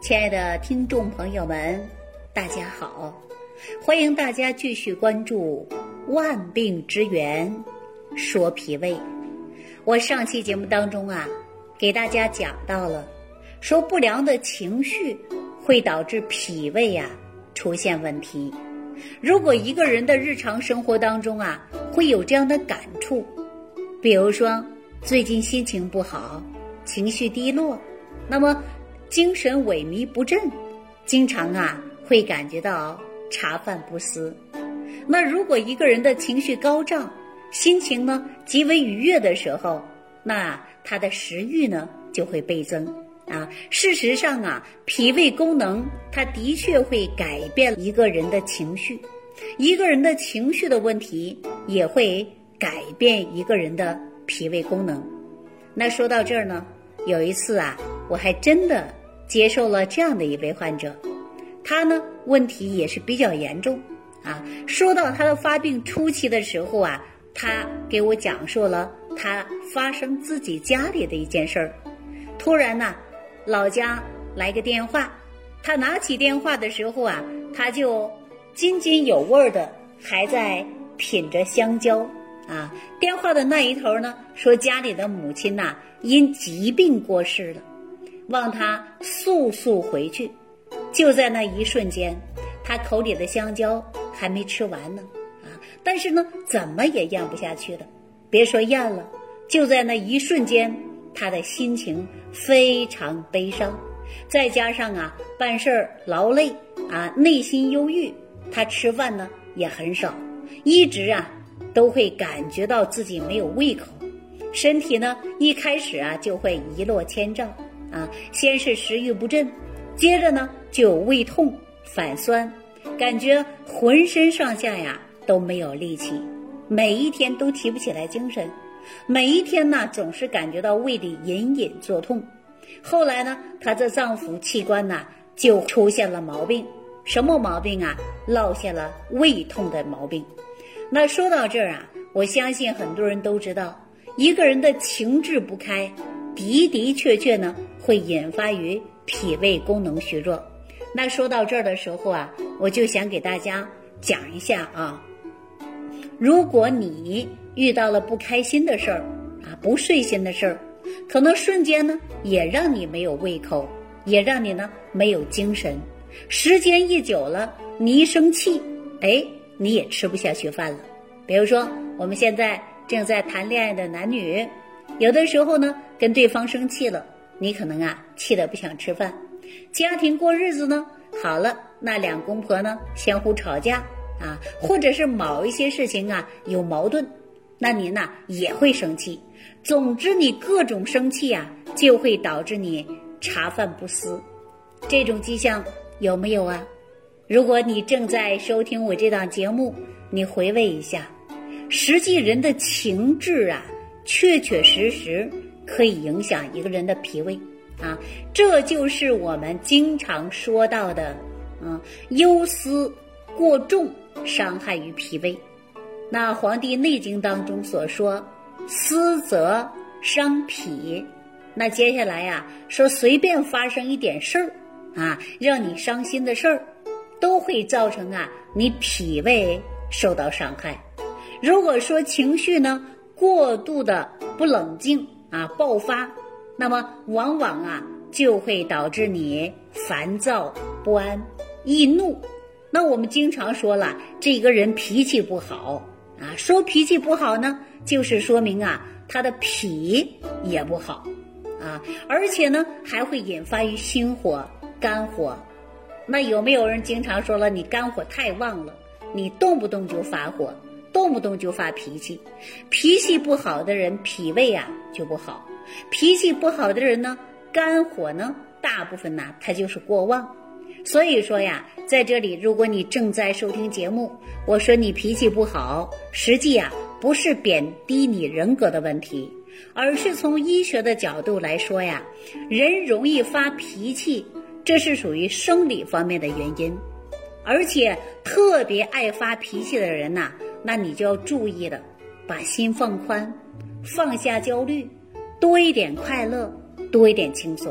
亲爱的听众朋友们，大家好，欢迎大家继续关注万病之源说脾胃。我上期节目当中给大家讲到了，说不良的情绪会导致脾胃出现问题。如果一个人的日常生活当中会有这样的感触，比如说最近心情不好，情绪低落，那么精神萎靡不振，经常会感觉到茶饭不思。那如果一个人的情绪高涨，心情呢极为愉悦的时候，那他的食欲呢就会倍增事实上脾胃功能它的确会改变一个人的情绪，一个人的情绪的问题也会改变一个人的脾胃功能。那说到这儿呢，有一次我还真的接受了这样的一位患者，他呢问题也是比较严重说到他的发病初期的时候他给我讲述了他发生自己家里的一件事儿。突然老家来个电话，他拿起电话的时候他就津津有味的还在品着香蕉电话的那一头呢说家里的母亲因疾病过世了，望他速速回去。就在那一瞬间，他口里的香蕉还没吃完呢但是呢怎么也咽不下去了，别说咽了，就在那一瞬间他的心情非常悲伤，再加上办事劳累内心忧郁，他吃饭呢也很少，一直都会感觉到自己没有胃口，身体呢一开始就会一落千丈先是食欲不振，接着呢就有胃痛反酸，感觉浑身上下都没有力气，每一天都提不起来精神，每一天总是感觉到胃里隐隐作痛。后来呢他的脏腑器官就出现了毛病，什么毛病落下了胃痛的毛病。那说到这儿我相信很多人都知道，一个人的情志不开的确呢会引发于脾胃功能虚弱。那说到这儿的时候我就想给大家讲一下如果你遇到了不开心的事儿不顺心的事儿，可能瞬间呢也让你没有胃口，也让你呢没有精神，时间一久了，你一生气你也吃不下去饭了。比如说我们现在正在谈恋爱的男女，有的时候呢跟对方生气了，你可能气得不想吃饭。家庭过日子呢好了，那两公婆呢相互吵架或者是某一些事情有矛盾，那您也会生气。总之你各种生气就会导致你茶饭不思，这种迹象有没有如果你正在收听我这档节目，你回味一下，实际人的情志确确实实可以影响一个人的脾胃这就是我们经常说到的忧思过重伤害于脾胃。那《黄帝内经》当中所说思则伤脾，那接下来说随便发生一点事儿让你伤心的事儿，都会造成你脾胃受到伤害。如果说情绪呢过度的不冷静爆发，那么往往就会导致你烦躁不安易怒。那我们经常说了，这个人脾气不好说脾气不好呢，就是说明他的脾也不好而且呢还会引发于心火肝火。那有没有人经常说了，你肝火太旺了，你动不动就发火，动不动就发脾气。脾气不好的人脾胃就不好，脾气不好的人呢肝火呢大部分它就是过旺。所以说在这里如果你正在收听节目，我说你脾气不好，实际不是贬低你人格的问题，而是从医学的角度来说人容易发脾气，这是属于生理方面的原因。而且特别爱发脾气的人那你就要注意了，把心放宽，放下焦虑，多一点快乐，多一点轻松。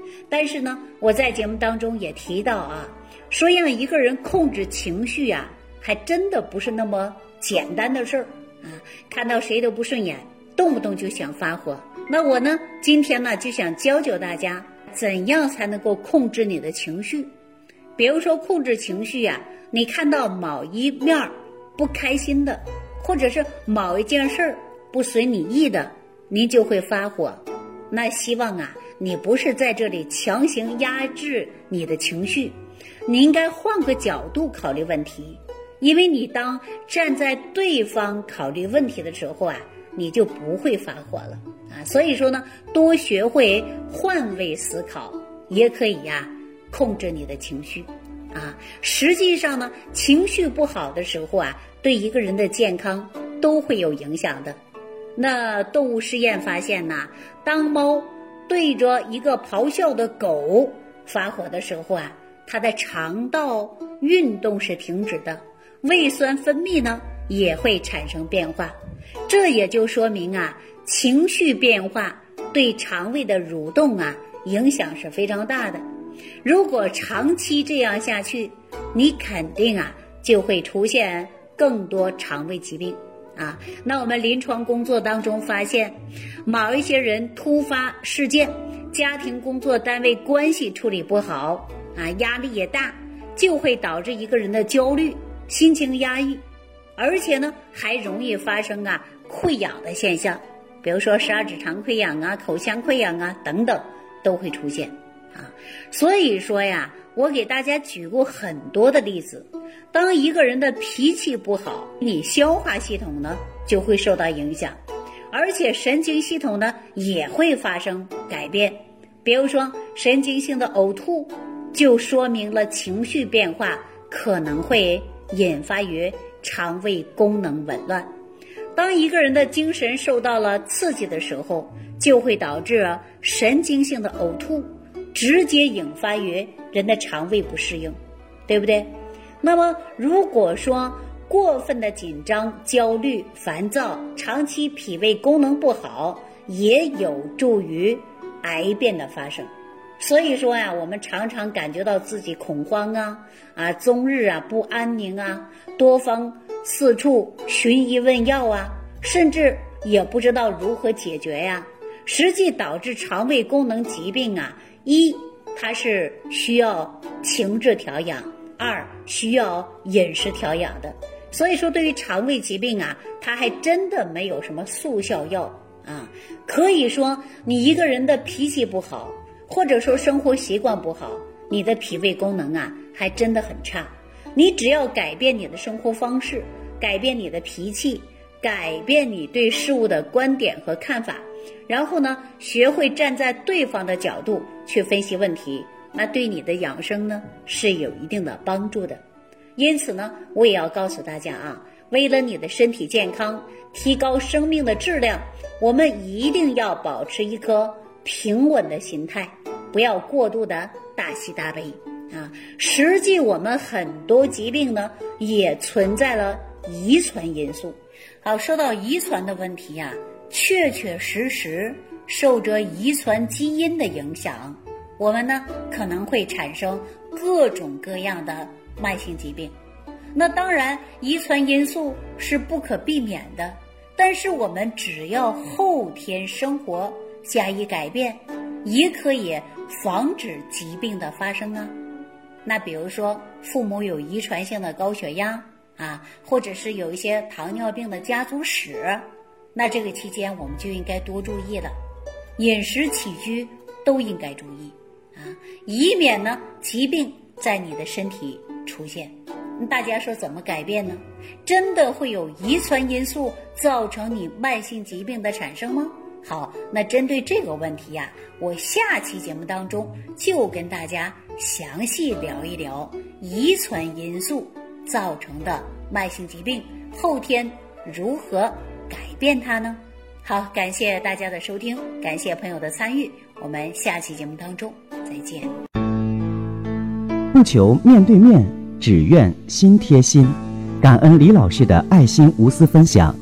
但是呢，我在节目当中也提到啊，说让一个人控制情绪啊，还真的不是那么简单的事儿啊。看到谁都不顺眼，动不动就想发火。那我呢，今天呢就想教大家怎样才能够控制你的情绪。比如说控制情绪啊，你看到某一面不开心的，或者是某一件事不随你意的，你就会发火。那希望啊，你不是在这里强行压制你的情绪，你应该换个角度考虑问题。因为你当站在对方考虑问题的时候啊，你就不会发火了啊。所以说呢，多学会换位思考，也可以呀，控制你的情绪啊。实际上呢，情绪不好的时候啊，对一个人的健康都会有影响的。那动物实验发现呢，当猫对着一个咆哮的狗发火的时候啊，它的肠道运动是停止的，胃酸分泌呢也会产生变化。这也就说明啊，情绪变化对肠胃的蠕动啊影响是非常大的。如果长期这样下去，你肯定啊就会出现更多肠胃疾病啊。那我们临床工作当中发现，某一些人突发事件，家庭工作单位关系处理不好啊，压力也大，就会导致一个人的焦虑、心情压抑，而且呢还容易发生啊溃疡的现象，比如说十二指肠溃疡啊、口腔溃疡啊等等都会出现啊。所以说呀，我给大家举过很多的例子，当一个人的脾气不好，你消化系统呢就会受到影响，而且神经系统呢也会发生改变。比如说神经性的呕吐，就说明了情绪变化可能会引发于肠胃功能紊乱。当一个人的精神受到了刺激的时候，就会导致神经性的呕吐，直接引发于人的肠胃不适应，对不对？那么如果说过分的紧张、焦虑、烦躁，长期脾胃功能不好，也有助于癌变的发生。所以说呀，我们常常感觉到自己恐慌啊，终日啊不安宁啊，多方四处寻医问药啊，甚至也不知道如何解决呀。实际导致肠胃功能疾病啊，一，它是需要情志调养；二，需要饮食调养的。所以说对于肠胃疾病啊，它还真的没有什么速效药啊。可以说你一个人的脾气不好，或者说生活习惯不好，你的脾胃功能啊还真的很差。你只要改变你的生活方式，改变你的脾气，改变你对事物的观点和看法，然后呢学会站在对方的角度去分析问题，那对你的养生呢是有一定的帮助的。因此呢，我也要告诉大家啊，为了你的身体健康，提高生命的质量，我们一定要保持一颗平稳的心态，不要过度的大喜大悲啊。实际我们很多疾病呢也存在了遗传因素。好，说到遗传的问题啊，确确实实受着遗传基因的影响，我们呢可能会产生各种各样的慢性疾病。那当然遗传因素是不可避免的，但是我们只要后天生活加以改变，也可以防止疾病的发生啊。那比如说父母有遗传性的高血压啊，或者是有一些糖尿病的家族史，那这个期间我们就应该多注意了，饮食起居都应该注意啊，以免呢疾病在你的身体出现。大家说怎么改变呢？真的会有遗传因素造成你慢性疾病的产生吗？好，那针对这个问题呀，我下期节目当中就跟大家详细聊一聊遗传因素造成的慢性疾病，后天如何改变它呢？好，感谢大家的收听，感谢朋友的参与，我们下期节目当中再见。 不求面对面，只愿心贴心。感恩李老师的爱心无私分享。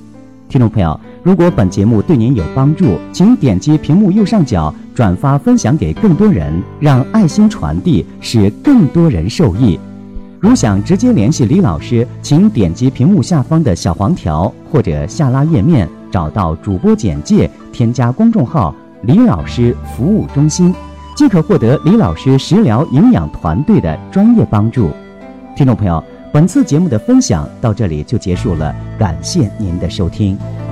听众朋友，如果本节目对您有帮助，请点击屏幕右上角转发分享给更多人，让爱心传递，使更多人受益。如想直接联系李老师，请点击屏幕下方的小黄条或者下拉页面，找到主播简介，添加公众号李老师服务中心，即可获得李老师食疗营养团队的专业帮助。听众朋友，本次节目的分享到这里就结束了，感谢您的收听。